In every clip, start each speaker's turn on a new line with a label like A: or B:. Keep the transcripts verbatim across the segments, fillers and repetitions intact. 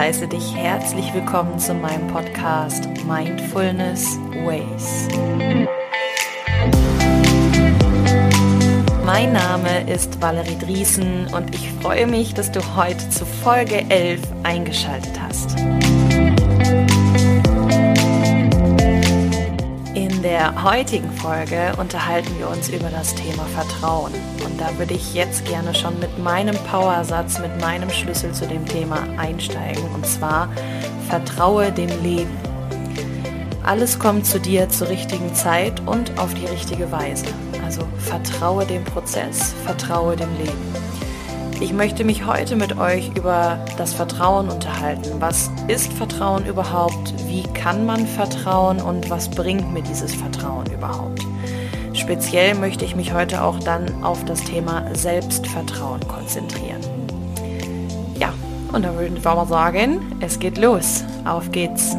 A: heiße dich herzlich willkommen zu meinem Podcast Mindfulness Ways. Mein Name ist Valerie Driesen und ich freue mich, dass du heute zu Folge elf eingeschaltet hast. In der heutigen Folge unterhalten wir uns über das Thema Vertrauen. Und da würde ich jetzt gerne schon mit meinem Powersatz, mit meinem Schlüssel zu dem Thema einsteigen. Und zwar, vertraue dem Leben. Alles kommt zu dir zur richtigen Zeit und auf die richtige Weise. Also vertraue dem Prozess, vertraue dem Leben. Ich möchte mich heute mit euch über das Vertrauen unterhalten. Was ist Vertrauen überhaupt? Wie kann man vertrauen und was bringt mir dieses Vertrauen überhaupt? Speziell möchte ich mich heute auch dann auf das Thema Selbstvertrauen konzentrieren. Ja, und dann würde ich mal sagen, es geht los. Auf geht's!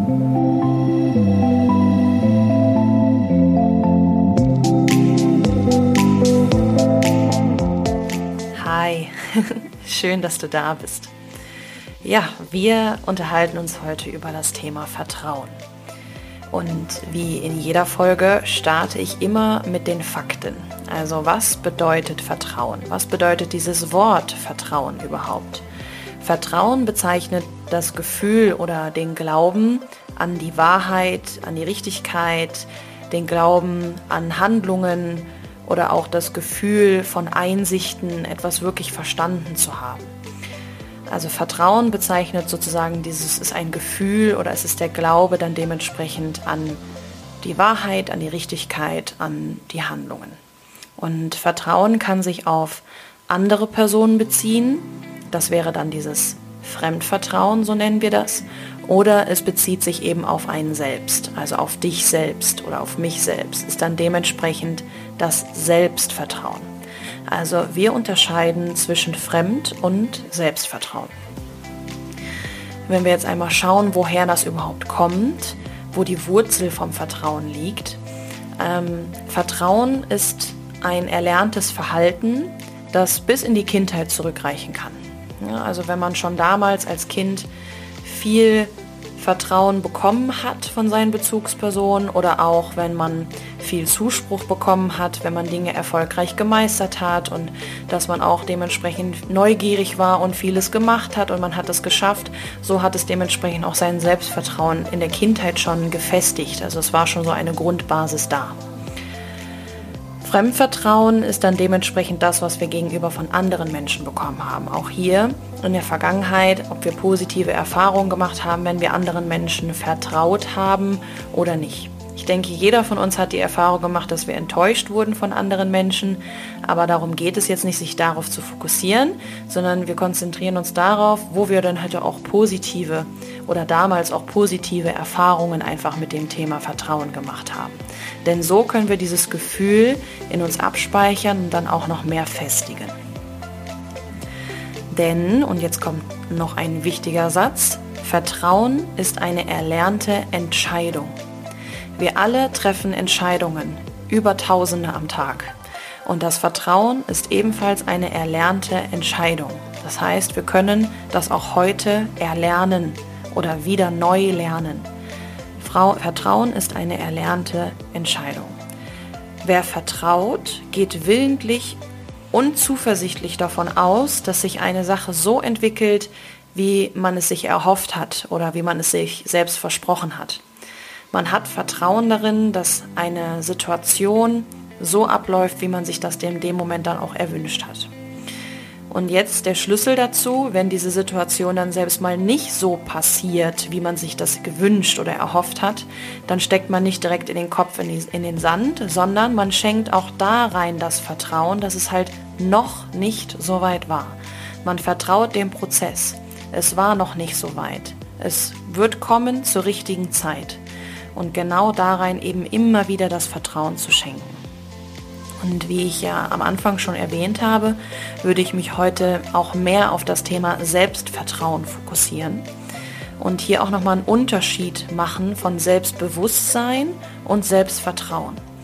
A: Hi, schön, dass du da bist. Ja, wir unterhalten uns heute über das Thema Vertrauen. Und wie in jeder Folge starte ich immer mit den Fakten. Also was bedeutet Vertrauen? Was bedeutet dieses Wort Vertrauen überhaupt? Vertrauen bezeichnet das Gefühl oder den Glauben an die Wahrheit, an die Richtigkeit, den Glauben an Handlungen, oder auch das Gefühl von Einsichten, etwas wirklich verstanden zu haben. Also Vertrauen bezeichnet sozusagen dieses, ist ein Gefühl oder es ist der Glaube dann dementsprechend an die Wahrheit, an die Richtigkeit, an die Handlungen. Und Vertrauen kann sich auf andere Personen beziehen, das wäre dann dieses Fremdvertrauen, so nennen wir das, oder es bezieht sich eben auf einen selbst, also auf dich selbst oder auf mich selbst, ist dann dementsprechend das Selbstvertrauen. Also wir unterscheiden zwischen Fremd- und Selbstvertrauen. Wenn wir jetzt einmal schauen, woher das überhaupt kommt, wo die Wurzel vom Vertrauen liegt. Ähm, Vertrauen ist ein erlerntes Verhalten, das bis in die Kindheit zurückreichen kann. Ja, also wenn man schon damals als Kind viel Vertrauen bekommen hat von seinen Bezugspersonen oder auch wenn man viel Zuspruch bekommen hat, wenn man Dinge erfolgreich gemeistert hat und dass man auch dementsprechend neugierig war und vieles gemacht hat und man hat es geschafft, so hat es dementsprechend auch sein Selbstvertrauen in der Kindheit schon gefestigt. Also es war schon so eine Grundbasis da. Fremdvertrauen ist dann dementsprechend das, was wir gegenüber von anderen Menschen bekommen haben. Auch hier in der Vergangenheit, ob wir positive Erfahrungen gemacht haben, wenn wir anderen Menschen vertraut haben oder nicht. Ich denke, jeder von uns hat die Erfahrung gemacht, dass wir enttäuscht wurden von anderen Menschen, aber darum geht es jetzt nicht, sich darauf zu fokussieren, sondern wir konzentrieren uns darauf, wo wir dann heute auch positive oder damals auch positive Erfahrungen einfach mit dem Thema Vertrauen gemacht haben. Denn so können wir dieses Gefühl in uns abspeichern und dann auch noch mehr festigen. Denn, und jetzt kommt noch ein wichtiger Satz, Vertrauen ist eine erlernte Entscheidung. Wir alle treffen Entscheidungen, über Tausende am Tag. Und das Vertrauen ist ebenfalls eine erlernte Entscheidung. Das heißt, wir können das auch heute erlernen oder wieder neu lernen. Vertrauen ist eine erlernte Entscheidung. Wer vertraut, geht willentlich und zuversichtlich davon aus, dass sich eine Sache so entwickelt, wie man es sich erhofft hat oder wie man es sich selbst versprochen hat. Man hat Vertrauen darin, dass eine Situation so abläuft, wie man sich das in dem Moment dann auch erwünscht hat. Und jetzt der Schlüssel dazu, wenn diese Situation dann selbst mal nicht so passiert, wie man sich das gewünscht oder erhofft hat, dann steckt man nicht direkt in den Kopf in, die, in den Sand, sondern man schenkt auch da rein das Vertrauen, dass es halt noch nicht so weit war. Man vertraut dem Prozess. Es war noch nicht so weit. Es wird kommen zur richtigen Zeit. Und genau da rein eben immer wieder das Vertrauen zu schenken. Und wie ich ja am Anfang schon erwähnt habe, würde ich mich heute auch mehr auf das Thema Selbstvertrauen fokussieren und hier auch nochmal einen Unterschied machen von Selbstbewusstsein und Selbstvertrauen.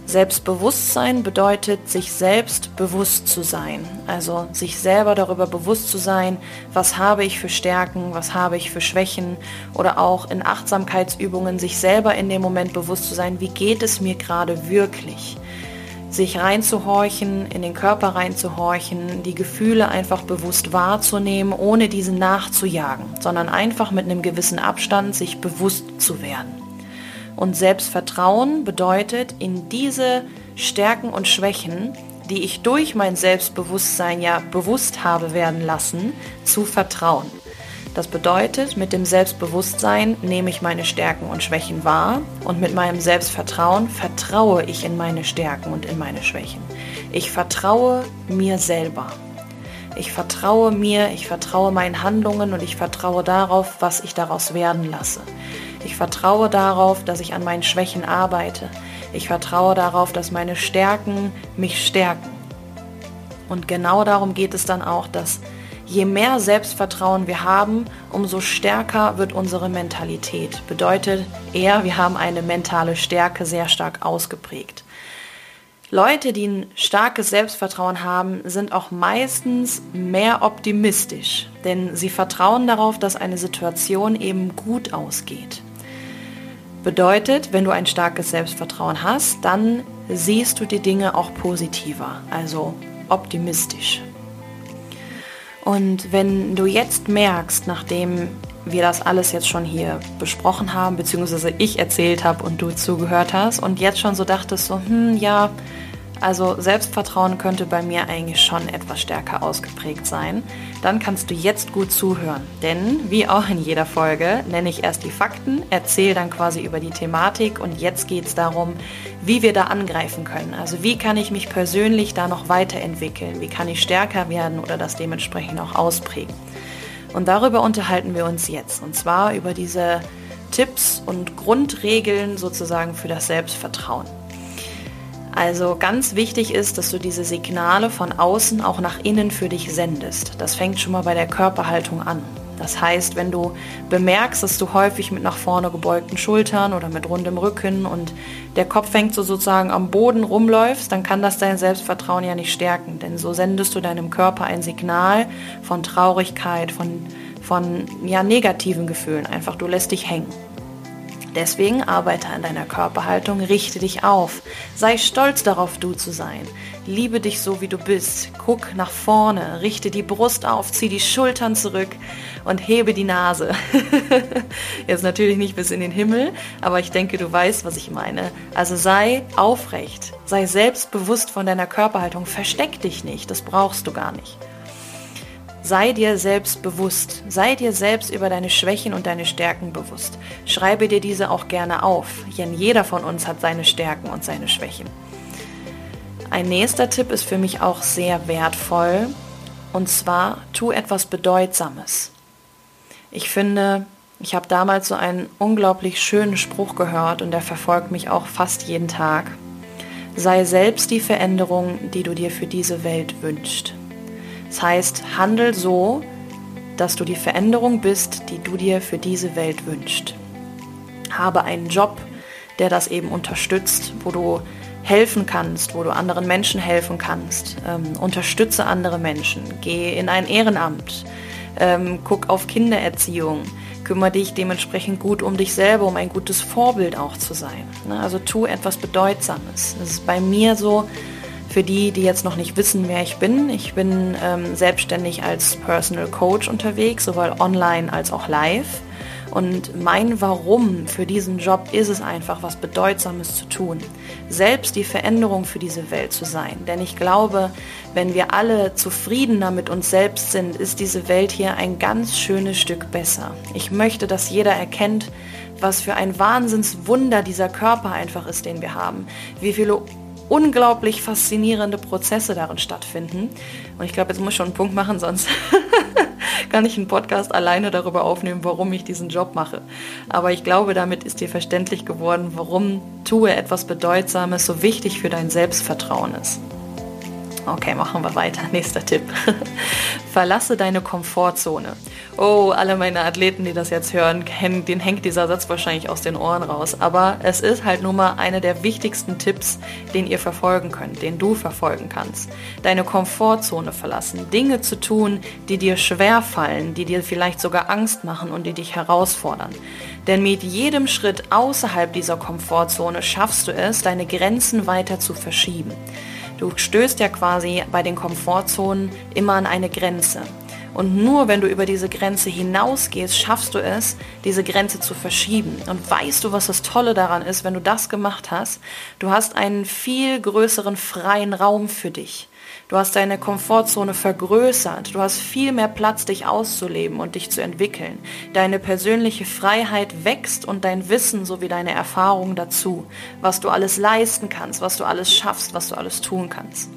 A: Selbstbewusstsein bedeutet, sich selbst bewusst zu sein. Also sich selber darüber bewusst zu sein, was habe ich für Stärken, was habe ich für Schwächen oder auch in Achtsamkeitsübungen sich selber in dem Moment bewusst zu sein, wie geht es mir gerade wirklich. Sich reinzuhorchen, in den Körper reinzuhorchen, die Gefühle einfach bewusst wahrzunehmen, ohne diesen nachzujagen, sondern einfach mit einem gewissen Abstand sich bewusst zu werden. Und Selbstvertrauen bedeutet, in diese Stärken und Schwächen, die ich durch mein Selbstbewusstsein ja bewusst habe werden lassen, zu vertrauen. Das bedeutet, mit dem Selbstbewusstsein nehme ich meine Stärken und Schwächen wahr und mit meinem Selbstvertrauen vertraue ich in meine Stärken und in meine Schwächen. Ich vertraue mir selber. Ich vertraue mir, ich vertraue meinen Handlungen und ich vertraue darauf, was ich daraus werden lasse. Ich vertraue darauf, dass ich an meinen Schwächen arbeite. Ich vertraue darauf, dass meine Stärken mich stärken. Und genau darum geht es dann auch, dass je mehr Selbstvertrauen wir haben, umso stärker wird unsere Mentalität. Bedeutet eher, wir haben eine mentale Stärke sehr stark ausgeprägt. Leute, die ein starkes Selbstvertrauen haben, sind auch meistens mehr optimistisch, denn sie vertrauen darauf, dass eine Situation eben gut ausgeht. Bedeutet, wenn du ein starkes Selbstvertrauen hast, dann siehst du die Dinge auch positiver, also optimistisch. Und wenn du jetzt merkst, nachdem wir das alles jetzt schon hier besprochen haben, beziehungsweise ich erzählt habe und du zugehört hast und jetzt schon so dachtest, so, hm, ja, also Selbstvertrauen könnte bei mir eigentlich schon etwas stärker ausgeprägt sein, dann kannst du jetzt gut zuhören. Denn, wie auch in jeder Folge, nenne ich erst die Fakten, erzähle dann quasi über die Thematik und jetzt geht es darum, wie wir da angreifen können. Also wie kann ich mich persönlich da noch weiterentwickeln, wie kann ich stärker werden oder das dementsprechend auch ausprägen. Und darüber unterhalten wir uns jetzt, und zwar über diese Tipps und Grundregeln sozusagen für das Selbstvertrauen. Also ganz wichtig ist, dass du diese Signale von außen auch nach innen für dich sendest. Das fängt schon mal bei der Körperhaltung an. Das heißt, wenn du bemerkst, dass du häufig mit nach vorne gebeugten Schultern oder mit rundem Rücken und der Kopf fängt so sozusagen am Boden rumläufst, dann kann das dein Selbstvertrauen ja nicht stärken. Denn so sendest du deinem Körper ein Signal von Traurigkeit, von, von ja, negativen Gefühlen. Einfach, du lässt dich hängen. Deswegen arbeite an deiner Körperhaltung, richte dich auf. Sei stolz darauf, du zu sein. Liebe dich so, wie du bist. Guck nach vorne, richte die Brust auf, zieh die Schultern zurück und hebe die Nase. Jetzt natürlich nicht bis in den Himmel, aber ich denke, du weißt, was ich meine. Also sei aufrecht, sei selbstbewusst von deiner Körperhaltung. Versteck dich nicht, das brauchst du gar nicht. Sei dir selbst bewusst, sei dir selbst über deine Schwächen und deine Stärken bewusst. Schreibe dir diese auch gerne auf, denn jeder von uns hat seine Stärken und seine Schwächen. Ein nächster Tipp ist für mich auch sehr wertvoll, und zwar, tu etwas Bedeutsames. Ich finde, ich habe damals so einen unglaublich schönen Spruch gehört und der verfolgt mich auch fast jeden Tag. Sei selbst die Veränderung, die du dir für diese Welt wünschst. Das heißt, handel so, dass du die Veränderung bist, die du dir für diese Welt wünschst. Habe einen Job, der das eben unterstützt, wo du helfen kannst, wo du anderen Menschen helfen kannst. Ähm, unterstütze andere Menschen, geh in ein Ehrenamt, ähm, guck auf Kindererziehung, kümmere dich dementsprechend gut um dich selber, um ein gutes Vorbild auch zu sein. Ne? Also tu etwas Bedeutsames. Das ist bei mir so. Für die, die jetzt noch nicht wissen, wer ich bin, ich bin ähm, selbstständig als Personal Coach unterwegs, sowohl online als auch live. Und mein Warum für diesen Job ist es einfach, was Bedeutsames zu tun. Selbst die Veränderung für diese Welt zu sein. Denn ich glaube, wenn wir alle zufriedener mit uns selbst sind, ist diese Welt hier ein ganz schönes Stück besser. Ich möchte, dass jeder erkennt, was für ein Wahnsinnswunder dieser Körper einfach ist, den wir haben. Wie viele unglaublich faszinierende Prozesse darin stattfinden. Und ich glaube, jetzt muss ich schon einen Punkt machen, sonst kann ich einen Podcast alleine darüber aufnehmen, warum ich diesen Job mache. Aber ich glaube, damit ist dir verständlich geworden, warum tue etwas Bedeutsames so wichtig für dein Selbstvertrauen ist. Okay, machen wir weiter. Nächster Tipp. Verlasse deine Komfortzone. Oh, alle meine Athleten, die das jetzt hören, denen hängt dieser Satz wahrscheinlich aus den Ohren raus. Aber es ist halt nun mal einer der wichtigsten Tipps, den ihr verfolgen könnt, den du verfolgen kannst. Deine Komfortzone verlassen. Dinge zu tun, die dir schwer fallen, die dir vielleicht sogar Angst machen und die dich herausfordern. Denn mit jedem Schritt außerhalb dieser Komfortzone schaffst du es, deine Grenzen weiter zu verschieben. Du stößt ja quasi bei den Komfortzonen immer an eine Grenze. Und nur wenn du über diese Grenze hinausgehst, schaffst du es, diese Grenze zu verschieben. Und weißt du, was das Tolle daran ist, wenn du das gemacht hast? Du hast einen viel größeren freien Raum für dich. Du hast deine Komfortzone vergrößert. Du hast viel mehr Platz, dich auszuleben und dich zu entwickeln. Deine persönliche Freiheit wächst und dein Wissen sowie deine Erfahrung dazu. Was du alles leisten kannst, was du alles schaffst, was du alles tun kannst.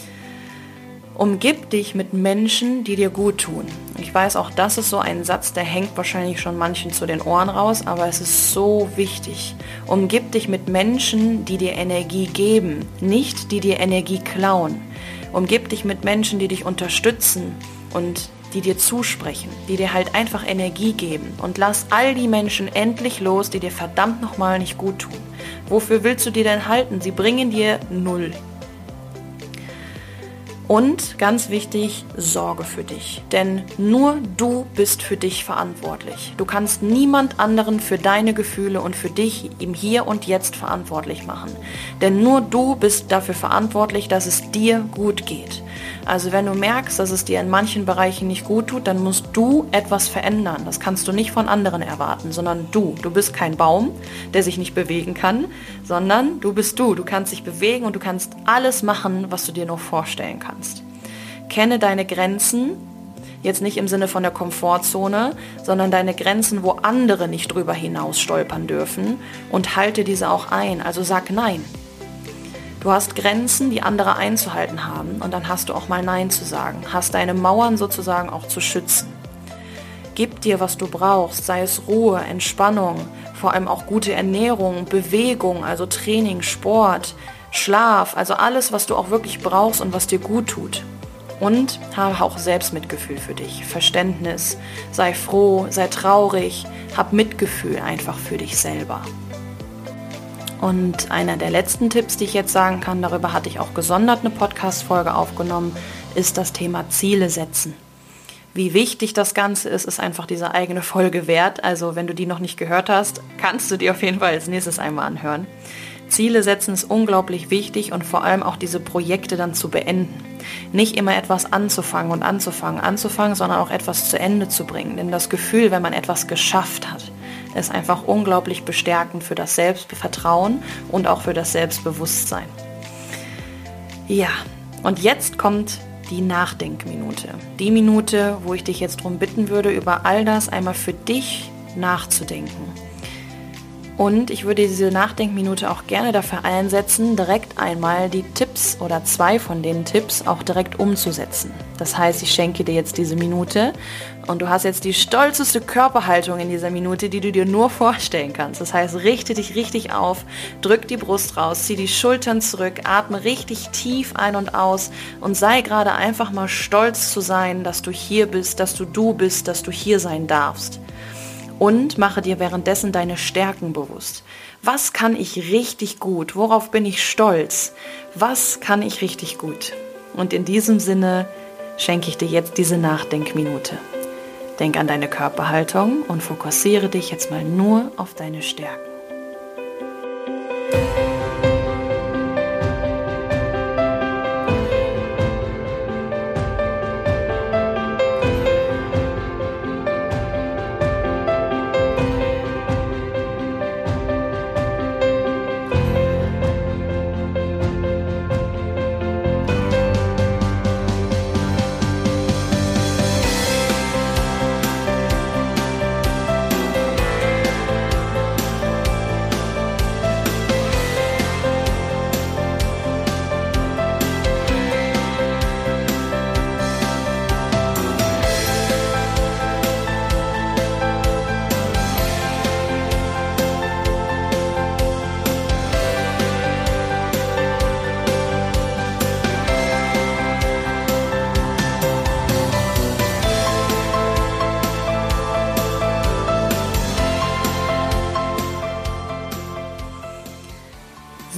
A: Umgib dich mit Menschen, die dir gut tun. Ich weiß, auch das ist so ein Satz, der hängt wahrscheinlich schon manchen zu den Ohren raus, aber es ist so wichtig. Umgib dich mit Menschen, die dir Energie geben, nicht die dir Energie klauen. Umgib dich mit Menschen, die dich unterstützen und die dir zusprechen, die dir halt einfach Energie geben. Und lass all die Menschen endlich los, die dir verdammt nochmal nicht gut tun. Wofür willst du die denn halten? Sie bringen dir null. Und ganz wichtig, sorge für dich. Denn nur du bist für dich verantwortlich. Du kannst niemand anderen für deine Gefühle und für dich im Hier und Jetzt verantwortlich machen. Denn nur du bist dafür verantwortlich, dass es dir gut geht. Also wenn du merkst, dass es dir in manchen Bereichen nicht gut tut, dann musst du etwas verändern. Das kannst du nicht von anderen erwarten, sondern du. Du bist kein Baum, der sich nicht bewegen kann, sondern du bist du. Du kannst dich bewegen und du kannst alles machen, was du dir nur vorstellen kannst. Kenne deine Grenzen, jetzt nicht im Sinne von der Komfortzone, sondern deine Grenzen, wo andere nicht drüber hinaus stolpern dürfen, und halte diese auch ein. Also sag Nein. Du hast Grenzen, die andere einzuhalten haben, und dann hast du auch mal Nein zu sagen. Hast deine Mauern sozusagen auch zu schützen. Gib dir, was du brauchst, sei es Ruhe, Entspannung, vor allem auch gute Ernährung, Bewegung, also Training, Sport, Schlaf, also alles, was du auch wirklich brauchst und was dir gut tut. Und habe auch Selbstmitgefühl für dich, Verständnis, sei froh, sei traurig, hab Mitgefühl einfach für dich selber. Und einer der letzten Tipps, die ich jetzt sagen kann, darüber hatte ich auch gesondert eine Podcast-Folge aufgenommen, ist das Thema Ziele setzen. Wie wichtig das Ganze ist, ist einfach diese eigene Folge wert. Also wenn du die noch nicht gehört hast, kannst du die auf jeden Fall als nächstes einmal anhören. Ziele setzen ist unglaublich wichtig und vor allem auch diese Projekte dann zu beenden. Nicht immer etwas anzufangen und anzufangen, anzufangen, sondern auch etwas zu Ende zu bringen. Denn das Gefühl, wenn man etwas geschafft hat, ist einfach unglaublich bestärkend für das Selbstvertrauen und auch für das Selbstbewusstsein. Ja, und jetzt kommt die Nachdenkminute. Die Minute, wo ich dich jetzt darum bitten würde, über all das einmal für dich nachzudenken. Und ich würde diese Nachdenkminute auch gerne dafür einsetzen, direkt einmal die Tipps oder zwei von den Tipps auch direkt umzusetzen. Das heißt, ich schenke dir jetzt diese Minute und du hast jetzt die stolzeste Körperhaltung in dieser Minute, die du dir nur vorstellen kannst. Das heißt, richte dich richtig auf, drück die Brust raus, zieh die Schultern zurück, atme richtig tief ein und aus und sei gerade einfach mal stolz zu sein, dass du hier bist, dass du du bist, dass du hier sein darfst. Und mache dir währenddessen deine Stärken bewusst. Was kann ich richtig gut? Worauf bin ich stolz? Was kann ich richtig gut? Und in diesem Sinne schenke ich dir jetzt diese Nachdenkminute. Denk an deine Körperhaltung und fokussiere dich jetzt mal nur auf deine Stärken.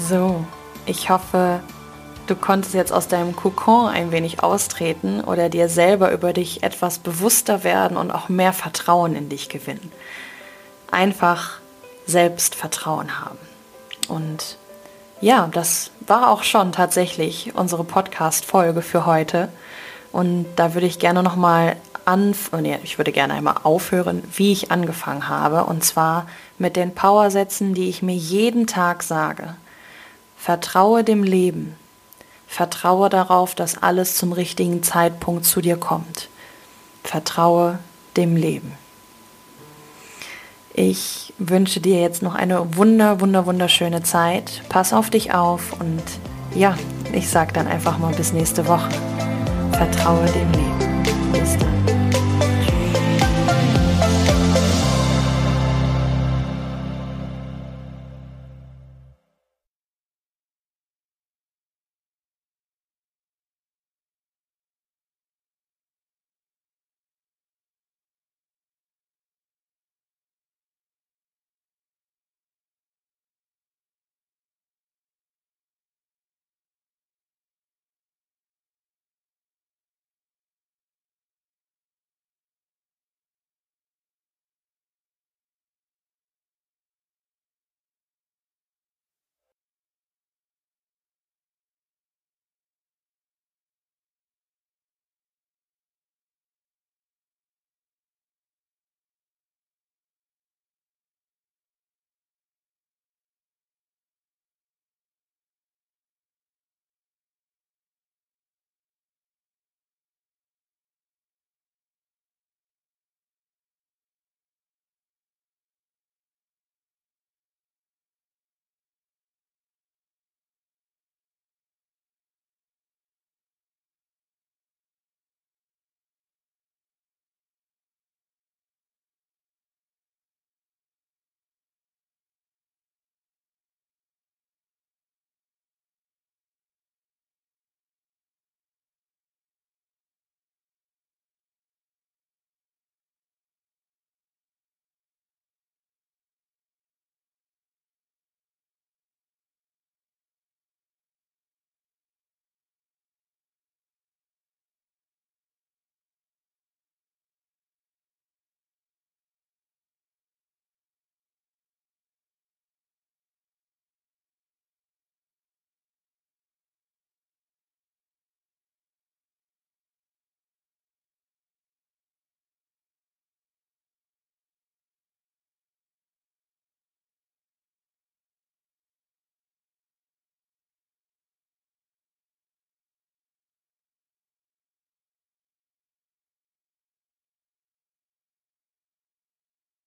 A: So, ich hoffe, du konntest jetzt aus deinem Kokon ein wenig austreten oder dir selber über dich etwas bewusster werden und auch mehr Vertrauen in dich gewinnen. Einfach Selbstvertrauen haben. Und ja, das war auch schon tatsächlich unsere Podcast-Folge für heute. Und da würde ich gerne nochmal anf- oh nee, ich würde gerne einmal aufhören, wie ich angefangen habe. Und zwar mit den Powersätzen, die ich mir jeden Tag sage. Vertraue dem Leben. Vertraue darauf, dass alles zum richtigen Zeitpunkt zu dir kommt. Vertraue dem Leben. Ich wünsche dir jetzt noch eine wunder, wunder, wunderschöne Zeit. Pass auf dich auf und ja, ich sage dann einfach mal bis nächste Woche. Vertraue dem Leben.